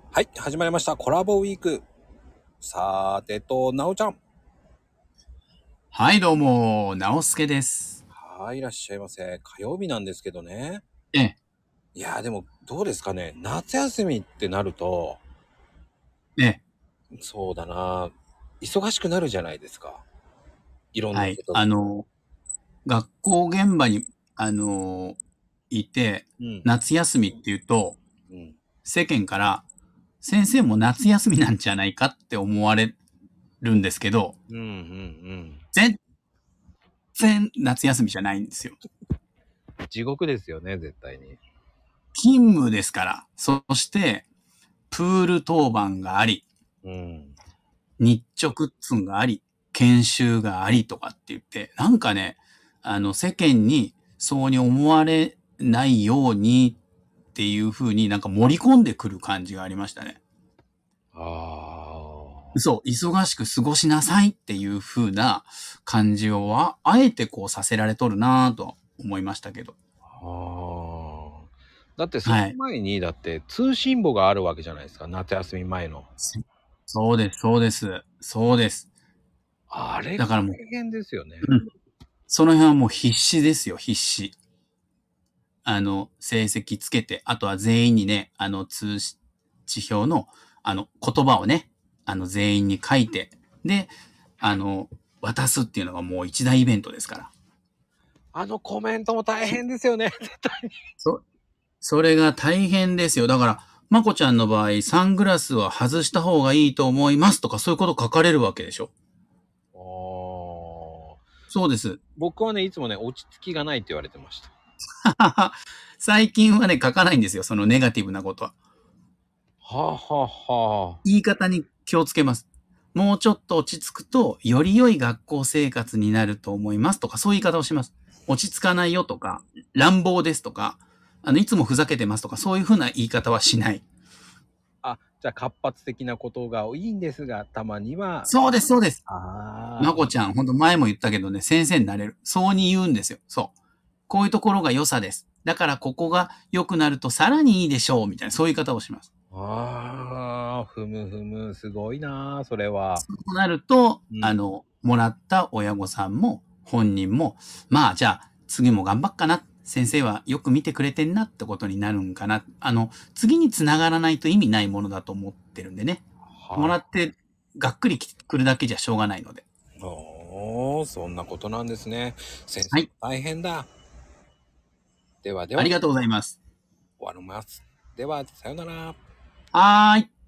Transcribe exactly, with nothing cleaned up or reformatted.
はい、始まりました。コラボウィーク。さーてと、なおちゃん。 はい、どうも、直輔です。 はい、いらっしゃいませ。火曜日なんですけどね。 ええ、 いやー、でも、どうですかね。夏休みってなると、 ええ、 そうだな。忙しくなるじゃないですか。いろんはい。 なことが。 あの、学校現場に、あの、いて、 うん、 夏休みっていうと、 うん。 世間から、先生も夏休みなんじゃないかって思われるんですけど、 うん、うん、うん。 全然夏休みじゃないんですよ。 地獄ですよね、絶対に。 勤務ですから。そして、プール当番があり、 うん。 日直っつんがあり、研修がありとかって言って、なんかね、あの、世間にそうに思われないようにっていう風になんか盛り込んでくる感じがありましたね。 あそう、忙しく過ごしなさいっていう風な感じをああえてこうさせられとるなぁと思いましたけど。 あ。ああ。だってそのはい。 前に、だって通信簿があるわけじゃないですか。夏休み前の。 そうです、そうです。そうです。 あれがだからも大変ですよね。 う、うん。その辺はもう必死ですよ、必死。あの、成績つけて、あとは全員にね、あの、通知表の、あの、言葉をね、あの、全員に書いて、で、あの、渡すっていうのがもう一大イベントですから。 あのコメントも大変ですよね。絶対に。 そ、それが大変ですよ。だから、まこちゃんの場合、サングラスは外した方がいいと思いますとか、そういうこと書かれるわけでしょ。 ああ。 そうです。 僕はね、いつもね、落ち着きがないって言われてました。 最近はね、書かないんですよ。そのネガティブなことは。 はあ、はあはあ。 言い方に気をつけます。もうちょっと落ち着くと、より良い学校生活になると思いますとか、そういう言い方をします。落ち着かないよとか、乱暴ですとか、あの、いつもふざけてますとか、そういうふうな言い方はしない。 あ、じゃあ活発的なことがいいんですが、たまには、 そうです、そうです。 ああ、 まこちゃん、ほんと前も言ったけどね、先生になれる。そうに言うんですよ。そう。こういうところが良さです。だからここが良くなるとさらにいいでしょう、みたいな、そういう言い方をします。 ああ、ふむふむ、すごいな、それは。 そうなると、 うん。 あの、もらった親御さんも本人も、まあじゃあ次も頑張っかな。先生はよく見てくれてんなってことになるんかな。あの、次につながらないと意味ないものだと思ってるんでね。もはらってがっくり来るだけじゃしょうがないので。 あ、おー、そんなことなんですね。先生、 はい。 大変だ。ではでは、終ありがとうございます。 わります。では、さよなら。 はーい。